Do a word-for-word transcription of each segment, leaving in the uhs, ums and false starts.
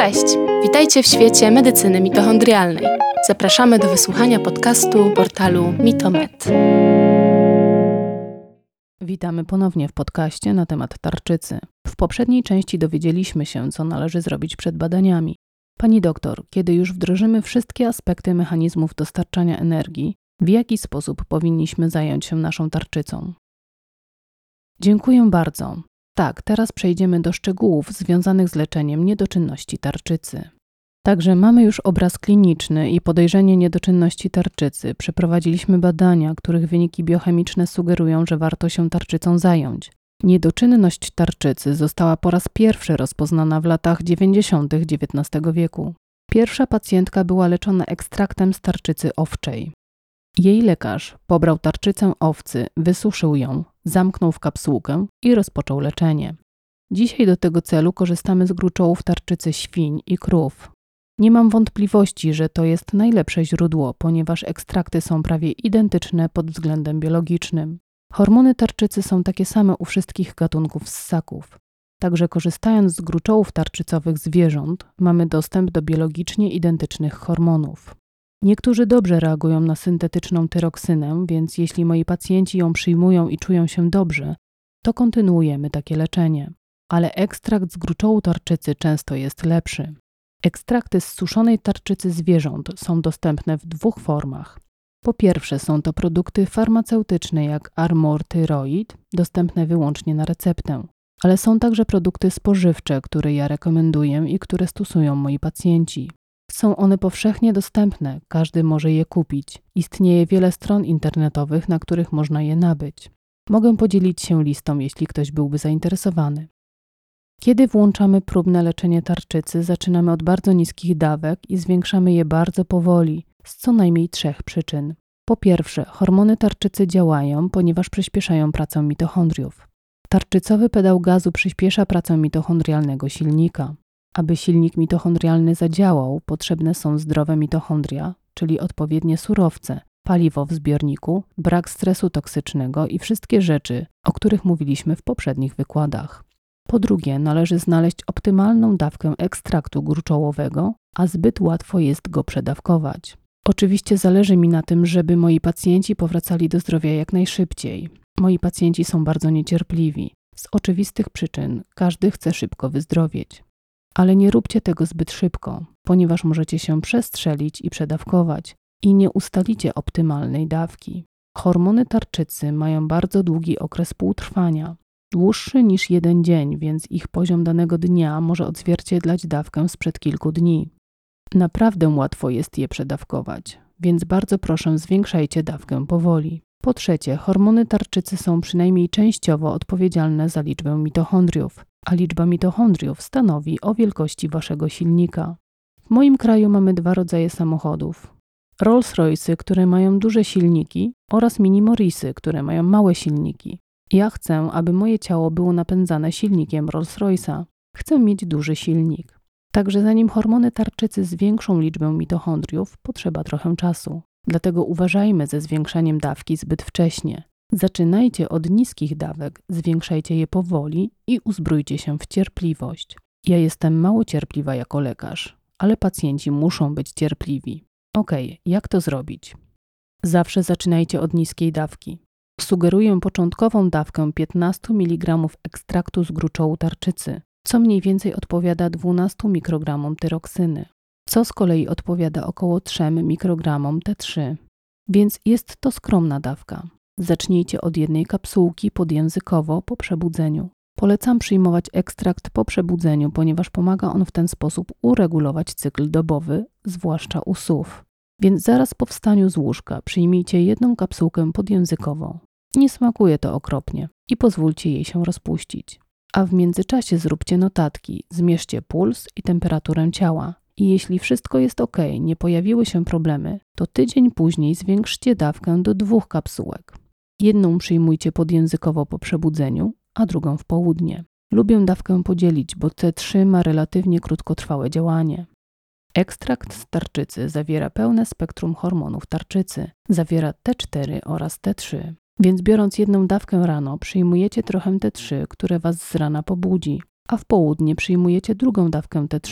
Cześć! Witajcie w świecie medycyny mitochondrialnej. Zapraszamy do wysłuchania podcastu portalu Mitomed. Witamy ponownie w podcaście na temat tarczycy. W poprzedniej części dowiedzieliśmy się, co należy zrobić przed badaniami. Pani doktor, kiedy już wdrożymy wszystkie aspekty mechanizmów dostarczania energii, w jaki sposób powinniśmy zająć się naszą tarczycą? Dziękuję bardzo. Tak, teraz przejdziemy do szczegółów związanych z leczeniem niedoczynności tarczycy. Także mamy już obraz kliniczny i podejrzenie niedoczynności tarczycy. Przeprowadziliśmy badania, których wyniki biochemiczne sugerują, że warto się tarczycą zająć. Niedoczynność tarczycy została po raz pierwszy rozpoznana w latach dziewięćdziesiątych dziewiętnastego wieku. Pierwsza pacjentka była leczona ekstraktem z tarczycy owczej. Jej lekarz pobrał tarczycę owcy, wysuszył ją, zamknął w kapsułkę i rozpoczął leczenie. Dzisiaj do tego celu korzystamy z gruczołów tarczycy świń i krów. Nie mam wątpliwości, że to jest najlepsze źródło, ponieważ ekstrakty są prawie identyczne pod względem biologicznym. Hormony tarczycy są takie same u wszystkich gatunków ssaków. Także korzystając z gruczołów tarczycowych zwierząt, mamy dostęp do biologicznie identycznych hormonów. Niektórzy dobrze reagują na syntetyczną tyroksynę, więc jeśli moi pacjenci ją przyjmują i czują się dobrze, to kontynuujemy takie leczenie. Ale ekstrakt z gruczołu tarczycy często jest lepszy. Ekstrakty z suszonej tarczycy zwierząt są dostępne w dwóch formach. Po pierwsze są to produkty farmaceutyczne jak Armour Thyroid, dostępne wyłącznie na receptę. Ale są także produkty spożywcze, które ja rekomenduję i które stosują moi pacjenci. Są one powszechnie dostępne, każdy może je kupić. Istnieje wiele stron internetowych, na których można je nabyć. Mogę podzielić się listą, jeśli ktoś byłby zainteresowany. Kiedy włączamy próbne leczenie tarczycy, zaczynamy od bardzo niskich dawek i zwiększamy je bardzo powoli, z co najmniej trzech przyczyn. Po pierwsze, hormony tarczycy działają, ponieważ przyspieszają pracę mitochondriów. Tarczycowy pedał gazu przyspiesza pracę mitochondrialnego silnika. Aby silnik mitochondrialny zadziałał, potrzebne są zdrowe mitochondria, czyli odpowiednie surowce, paliwo w zbiorniku, brak stresu toksycznego i wszystkie rzeczy, o których mówiliśmy w poprzednich wykładach. Po drugie, należy znaleźć optymalną dawkę ekstraktu gruczołowego, a zbyt łatwo jest go przedawkować. Oczywiście zależy mi na tym, żeby moi pacjenci powracali do zdrowia jak najszybciej. Moi pacjenci są bardzo niecierpliwi. Z oczywistych przyczyn każdy chce szybko wyzdrowieć. Ale nie róbcie tego zbyt szybko, ponieważ możecie się przestrzelić i przedawkować i nie ustalicie optymalnej dawki. Hormony tarczycy mają bardzo długi okres półtrwania, dłuższy niż jeden dzień, więc ich poziom danego dnia może odzwierciedlać dawkę sprzed kilku dni. Naprawdę łatwo jest je przedawkować, więc bardzo proszę zwiększajcie dawkę powoli. Po trzecie, hormony tarczycy są przynajmniej częściowo odpowiedzialne za liczbę mitochondriów, a liczba mitochondriów stanowi o wielkości waszego silnika. W moim kraju mamy dwa rodzaje samochodów. Rolls-Royce'y, które mają duże silniki oraz Mini Morrisy, które mają małe silniki. Ja chcę, aby moje ciało było napędzane silnikiem Rolls-Royce'a. Chcę mieć duży silnik. Także zanim hormony tarczycy zwiększą liczbę mitochondriów, potrzeba trochę czasu. Dlatego uważajmy ze zwiększaniem dawki zbyt wcześnie. Zaczynajcie od niskich dawek, zwiększajcie je powoli i uzbrójcie się w cierpliwość. Ja jestem mało cierpliwa jako lekarz, ale pacjenci muszą być cierpliwi. Okej, jak to zrobić? Zawsze zaczynajcie od niskiej dawki. Sugeruję początkową dawkę piętnaście miligramów ekstraktu z gruczołu tarczycy, co mniej więcej odpowiada dwunastu mikrogramom tyroksyny, co z kolei odpowiada około trzem mikrogramom T trzy, więc jest to skromna dawka. Zacznijcie od jednej kapsułki podjęzykowo po przebudzeniu. Polecam przyjmować ekstrakt po przebudzeniu, ponieważ pomaga on w ten sposób uregulować cykl dobowy, zwłaszcza u S U W. Więc zaraz po wstaniu z łóżka przyjmijcie jedną kapsułkę podjęzykowo. Nie smakuje to okropnie i pozwólcie jej się rozpuścić. A w międzyczasie zróbcie notatki, zmierzcie puls i temperaturę ciała. I jeśli wszystko jest ok, nie pojawiły się problemy, to tydzień później zwiększcie dawkę do dwóch kapsułek. Jedną przyjmujcie podjęzykowo po przebudzeniu, a drugą w południe. Lubię dawkę podzielić, bo T trzy ma relatywnie krótkotrwałe działanie. Ekstrakt z tarczycy zawiera pełne spektrum hormonów tarczycy. Zawiera T cztery oraz T trzy. Więc biorąc jedną dawkę rano, przyjmujecie trochę T trzy, które was z rana pobudzi, a w południe przyjmujecie drugą dawkę T trzy,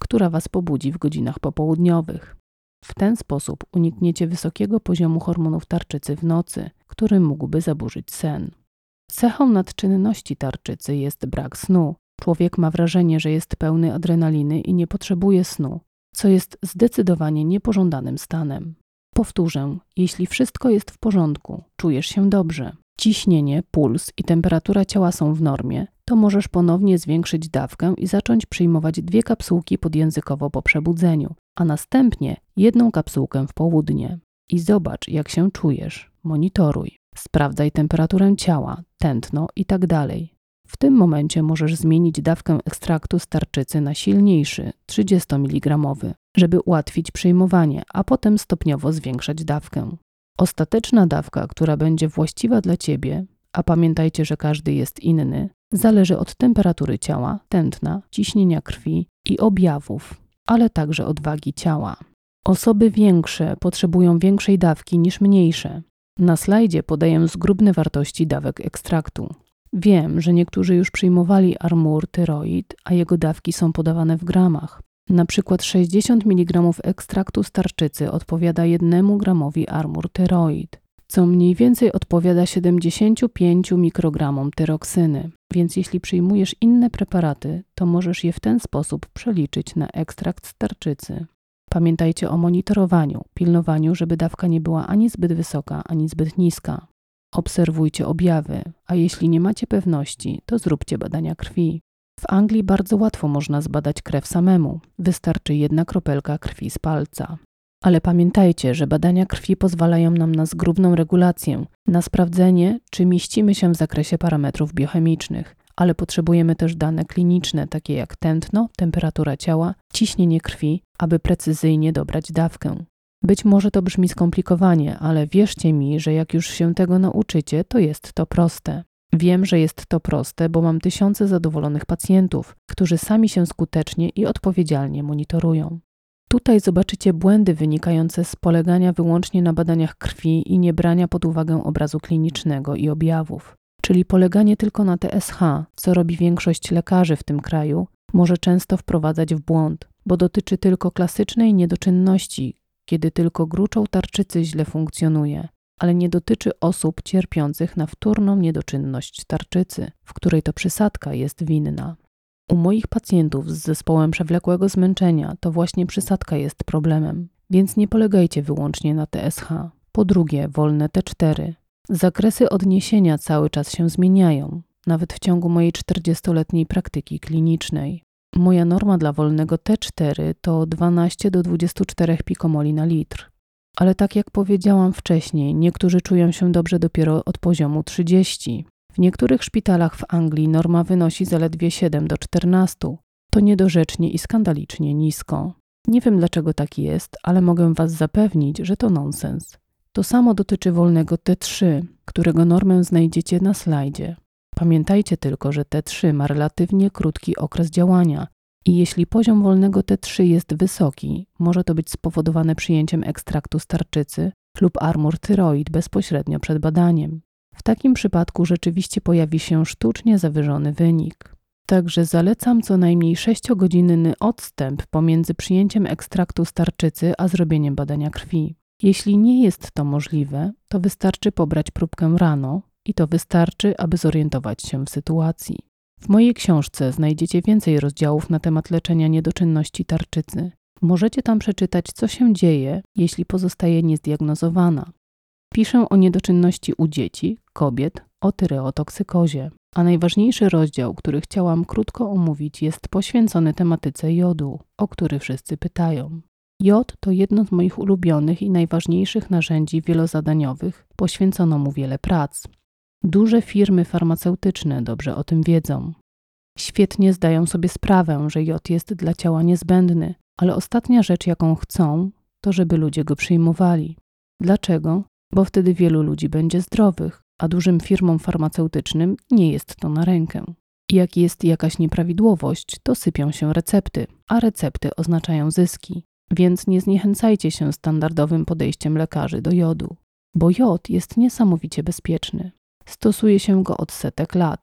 która Was pobudzi w godzinach popołudniowych. W ten sposób unikniecie wysokiego poziomu hormonów tarczycy w nocy, który mógłby zaburzyć sen. Cechą nadczynności tarczycy jest brak snu. Człowiek ma wrażenie, że jest pełny adrenaliny i nie potrzebuje snu, co jest zdecydowanie niepożądanym stanem. Powtórzę, jeśli wszystko jest w porządku, czujesz się dobrze, ciśnienie, puls i temperatura ciała są w normie, to możesz ponownie zwiększyć dawkę i zacząć przyjmować dwie kapsułki podjęzykowo po przebudzeniu, a następnie jedną kapsułkę w południe. I zobacz, jak się czujesz. Monitoruj. Sprawdzaj temperaturę ciała, tętno i tak dalej. W tym momencie możesz zmienić dawkę ekstraktu z tarczycy na silniejszy, trzydzieści miligramowy, żeby ułatwić przyjmowanie, a potem stopniowo zwiększać dawkę. Ostateczna dawka, która będzie właściwa dla Ciebie, a pamiętajcie, że każdy jest inny, zależy od temperatury ciała, tętna, ciśnienia krwi i objawów, ale także od wagi ciała. Osoby większe potrzebują większej dawki niż mniejsze. Na slajdzie podaję zgrubne wartości dawek ekstraktu. Wiem, że niektórzy już przyjmowali Armour Thyroid, a jego dawki są podawane w gramach. Na przykład sześćdziesiąt miligramów ekstraktu z tarczycy odpowiada jednemu gramowi Armour Thyroid, co mniej więcej odpowiada siedemdziesięciu pięciu mikrogramom tyroksyny. Więc jeśli przyjmujesz inne preparaty, to możesz je w ten sposób przeliczyć na ekstrakt z tarczycy. Pamiętajcie o monitorowaniu, pilnowaniu, żeby dawka nie była ani zbyt wysoka, ani zbyt niska. Obserwujcie objawy, a jeśli nie macie pewności, to zróbcie badania krwi. W Anglii bardzo łatwo można zbadać krew samemu. Wystarczy jedna kropelka krwi z palca. Ale pamiętajcie, że badania krwi pozwalają nam na zgrubną regulację, na sprawdzenie, czy mieścimy się w zakresie parametrów biochemicznych, ale potrzebujemy też dane kliniczne, takie jak tętno, temperatura ciała, ciśnienie krwi, aby precyzyjnie dobrać dawkę. Być może to brzmi skomplikowanie, ale wierzcie mi, że jak już się tego nauczycie, to jest to proste. Wiem, że jest to proste, bo mam tysiące zadowolonych pacjentów, którzy sami się skutecznie i odpowiedzialnie monitorują. Tutaj zobaczycie błędy wynikające z polegania wyłącznie na badaniach krwi i niebrania pod uwagę obrazu klinicznego i objawów. Czyli poleganie tylko na T S H, co robi większość lekarzy w tym kraju, może często wprowadzać w błąd, bo dotyczy tylko klasycznej niedoczynności, kiedy tylko gruczoł tarczycy źle funkcjonuje, ale nie dotyczy osób cierpiących na wtórną niedoczynność tarczycy, w której to przysadka jest winna. U moich pacjentów z zespołem przewlekłego zmęczenia to właśnie przysadka jest problemem, więc nie polegajcie wyłącznie na T S H. Po drugie, wolne T cztery. Zakresy odniesienia cały czas się zmieniają, nawet w ciągu mojej czterdziestoletniej praktyki klinicznej. Moja norma dla wolnego T cztery to dwanaście do dwudziestu czterech pikomoli na litr. Ale tak jak powiedziałam wcześniej, niektórzy czują się dobrze dopiero od poziomu trzydziestu. W niektórych szpitalach w Anglii norma wynosi zaledwie siedem do czternastu. To niedorzecznie i skandalicznie nisko. Nie wiem dlaczego tak jest, ale mogę Was zapewnić, że to nonsens. To samo dotyczy wolnego T trzy, którego normę znajdziecie na slajdzie. Pamiętajcie tylko, że T trzy ma relatywnie krótki okres działania i jeśli poziom wolnego T trzy jest wysoki, może to być spowodowane przyjęciem ekstraktu z tarczycy lub Armour Thyroid bezpośrednio przed badaniem. W takim przypadku rzeczywiście pojawi się sztucznie zawyżony wynik. Także zalecam co najmniej sześciogodzinny odstęp pomiędzy przyjęciem ekstraktu z tarczycy a zrobieniem badania krwi. Jeśli nie jest to możliwe, to wystarczy pobrać próbkę rano i to wystarczy, aby zorientować się w sytuacji. W mojej książce znajdziecie więcej rozdziałów na temat leczenia niedoczynności tarczycy. Możecie tam przeczytać, co się dzieje, jeśli pozostaje niezdiagnozowana. Piszę o niedoczynności u dzieci, kobiet, o tyreotoksykozie. A najważniejszy rozdział, który chciałam krótko omówić, jest poświęcony tematyce jodu, o który wszyscy pytają. Jod to jedno z moich ulubionych i najważniejszych narzędzi wielozadaniowych, poświęcono mu wiele prac. Duże firmy farmaceutyczne dobrze o tym wiedzą. Świetnie zdają sobie sprawę, że jod jest dla ciała niezbędny, ale ostatnia rzecz, jaką chcą, to żeby ludzie go przyjmowali. Dlaczego? Bo wtedy wielu ludzi będzie zdrowych, a dużym firmom farmaceutycznym nie jest to na rękę. Jak jest jakaś nieprawidłowość, to sypią się recepty, a recepty oznaczają zyski. Więc nie zniechęcajcie się standardowym podejściem lekarzy do jodu, bo jod jest niesamowicie bezpieczny. Stosuje się go od setek lat.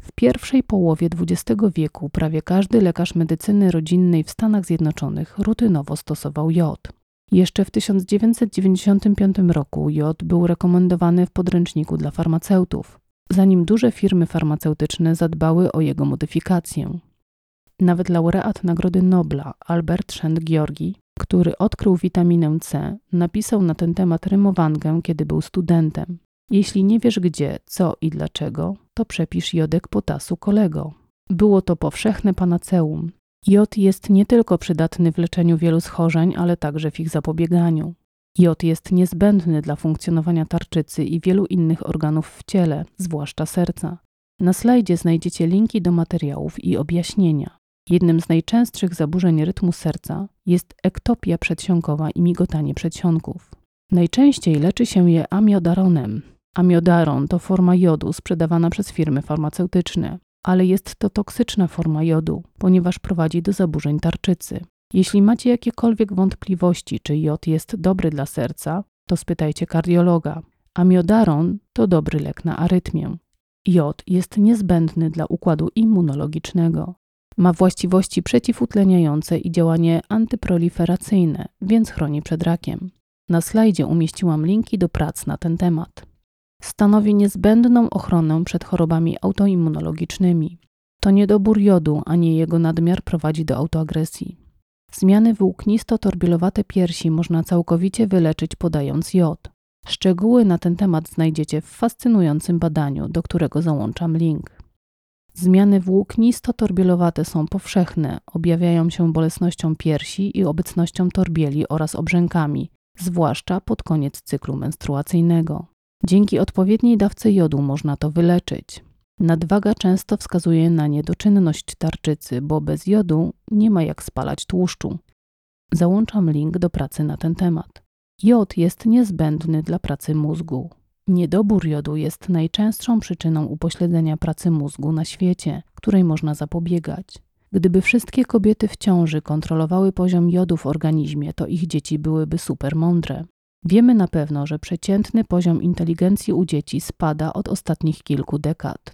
W pierwszej połowie dwudziestego wieku prawie każdy lekarz medycyny rodzinnej w Stanach Zjednoczonych rutynowo stosował jod. Jeszcze w tysiąc dziewięćset dziewięćdziesiątym piątym roku jod był rekomendowany w podręczniku dla farmaceutów, zanim duże firmy farmaceutyczne zadbały o jego modyfikację. Nawet laureat Nagrody Nobla Albert Szent-Giorgi, który odkrył witaminę C, napisał na ten temat rymowankę, kiedy był studentem. Jeśli nie wiesz gdzie, co i dlaczego, to przepisz jodek potasu kolego. Było to powszechne panaceum. Jod jest nie tylko przydatny w leczeniu wielu schorzeń, ale także w ich zapobieganiu. Jod jest niezbędny dla funkcjonowania tarczycy i wielu innych organów w ciele, zwłaszcza serca. Na slajdzie znajdziecie linki do materiałów i objaśnienia. Jednym z najczęstszych zaburzeń rytmu serca jest ektopia przedsionkowa i migotanie przedsionków. Najczęściej leczy się je amiodaronem. Amiodaron to forma jodu sprzedawana przez firmy farmaceutyczne, ale jest to toksyczna forma jodu, ponieważ prowadzi do zaburzeń tarczycy. Jeśli macie jakiekolwiek wątpliwości, czy jod jest dobry dla serca, to spytajcie kardiologa. Amiodaron to dobry lek na arytmię. Jod jest niezbędny dla układu immunologicznego. Ma właściwości przeciwutleniające i działanie antyproliferacyjne, więc chroni przed rakiem. Na slajdzie umieściłam linki do prac na ten temat. Stanowi niezbędną ochronę przed chorobami autoimmunologicznymi. To niedobór jodu, a nie jego nadmiar prowadzi do autoagresji. Zmiany włóknisto-torbielowate piersi można całkowicie wyleczyć podając jod. Szczegóły na ten temat znajdziecie w fascynującym badaniu, do którego załączam link. Zmiany włóknisto-torbielowate są powszechne, objawiają się bolesnością piersi i obecnością torbieli oraz obrzękami, zwłaszcza pod koniec cyklu menstruacyjnego. Dzięki odpowiedniej dawce jodu można to wyleczyć. Nadwaga często wskazuje na niedoczynność tarczycy, bo bez jodu nie ma jak spalać tłuszczu. Załączam link do pracy na ten temat. Jod jest niezbędny dla pracy mózgu. Niedobór jodu jest najczęstszą przyczyną upośledzenia pracy mózgu na świecie, której można zapobiegać. Gdyby wszystkie kobiety w ciąży kontrolowały poziom jodu w organizmie, to ich dzieci byłyby super mądre. Wiemy na pewno, że przeciętny poziom inteligencji u dzieci spada od ostatnich kilku dekad.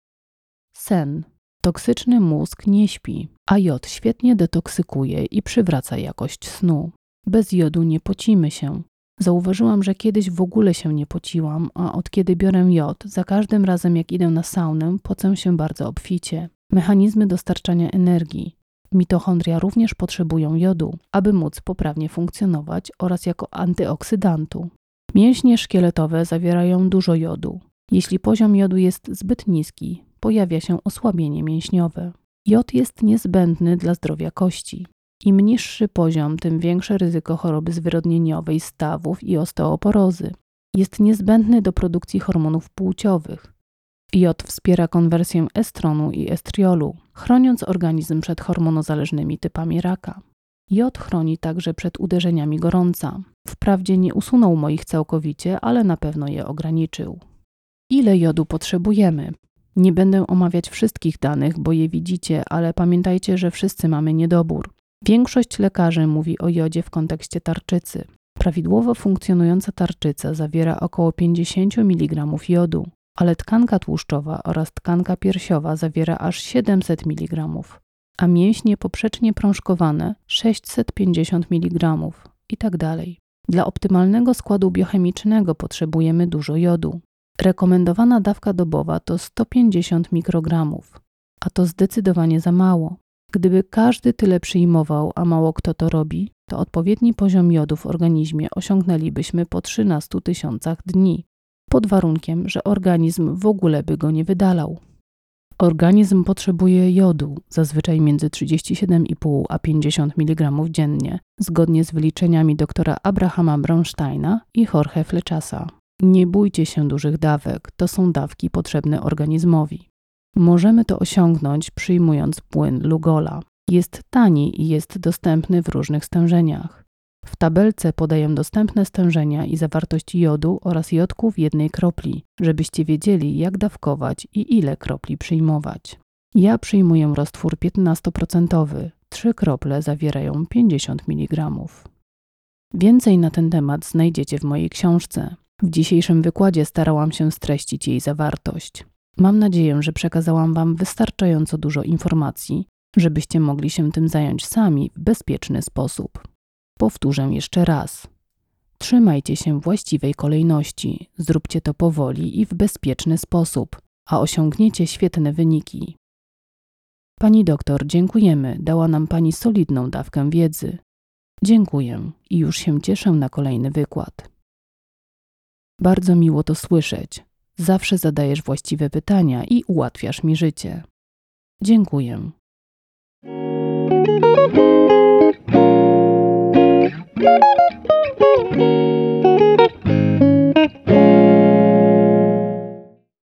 Sen. Toksyczny mózg nie śpi, a jod świetnie detoksykuje i przywraca jakość snu. Bez jodu nie pocimy się. Zauważyłam, że kiedyś w ogóle się nie pociłam, a od kiedy biorę jod, za każdym razem jak idę na saunę, pocę się bardzo obficie. Mechanizmy dostarczania energii. Mitochondria również potrzebują jodu, aby móc poprawnie funkcjonować oraz jako antyoksydantu. Mięśnie szkieletowe zawierają dużo jodu. Jeśli poziom jodu jest zbyt niski, pojawia się osłabienie mięśniowe. Jod jest niezbędny dla zdrowia kości. Im niższy poziom, tym większe ryzyko choroby zwyrodnieniowej, stawów i osteoporozy. Jest niezbędny do produkcji hormonów płciowych. Jod wspiera konwersję estronu i estriolu, chroniąc organizm przed hormonozależnymi typami raka. Jod chroni także przed uderzeniami gorąca. Wprawdzie nie usunął moich całkowicie, ale na pewno je ograniczył. Ile jodu potrzebujemy? Nie będę omawiać wszystkich danych, bo je widzicie, ale pamiętajcie, że wszyscy mamy niedobór. Większość lekarzy mówi o jodzie w kontekście tarczycy. Prawidłowo funkcjonująca tarczyca zawiera około pięćdziesiąt miligramów jodu, ale tkanka tłuszczowa oraz tkanka piersiowa zawiera aż siedemset miligramów, a mięśnie poprzecznie prążkowane sześćset pięćdziesiąt miligramów i tak dalej. Dla optymalnego składu biochemicznego potrzebujemy dużo jodu. Rekomendowana dawka dobowa to sto pięćdziesiąt mikrogramów, a to zdecydowanie za mało. Gdyby każdy tyle przyjmował, a mało kto to robi, to odpowiedni poziom jodu w organizmie osiągnęlibyśmy po trzynastu tysiącach dni, pod warunkiem, że organizm w ogóle by go nie wydalał. Organizm potrzebuje jodu, zazwyczaj między trzydzieści siedem i pół a pięćdziesiąt miligramów dziennie, zgodnie z wyliczeniami doktora Abrahama Bronsteina i Jorge Flechasa. Nie bójcie się dużych dawek, to są dawki potrzebne organizmowi. Możemy to osiągnąć przyjmując płyn Lugola. Jest tani i jest dostępny w różnych stężeniach. W tabelce podaję dostępne stężenia i zawartość jodu oraz jodku w jednej kropli, żebyście wiedzieli, jak dawkować i ile kropli przyjmować. Ja przyjmuję roztwór piętnastoprocentowy. Trzy krople zawierają pięćdziesiąt miligramów. Więcej na ten temat znajdziecie w mojej książce. W dzisiejszym wykładzie starałam się streścić jej zawartość. Mam nadzieję, że przekazałam Wam wystarczająco dużo informacji, żebyście mogli się tym zająć sami w bezpieczny sposób. Powtórzę jeszcze raz. Trzymajcie się właściwej kolejności, zróbcie to powoli i w bezpieczny sposób, a osiągniecie świetne wyniki. Pani doktor, dziękujemy, dała nam Pani solidną dawkę wiedzy. Dziękuję i już się cieszę na kolejny wykład. Bardzo miło to słyszeć. Zawsze zadajesz właściwe pytania i ułatwiasz mi życie. Dziękuję. Thank you.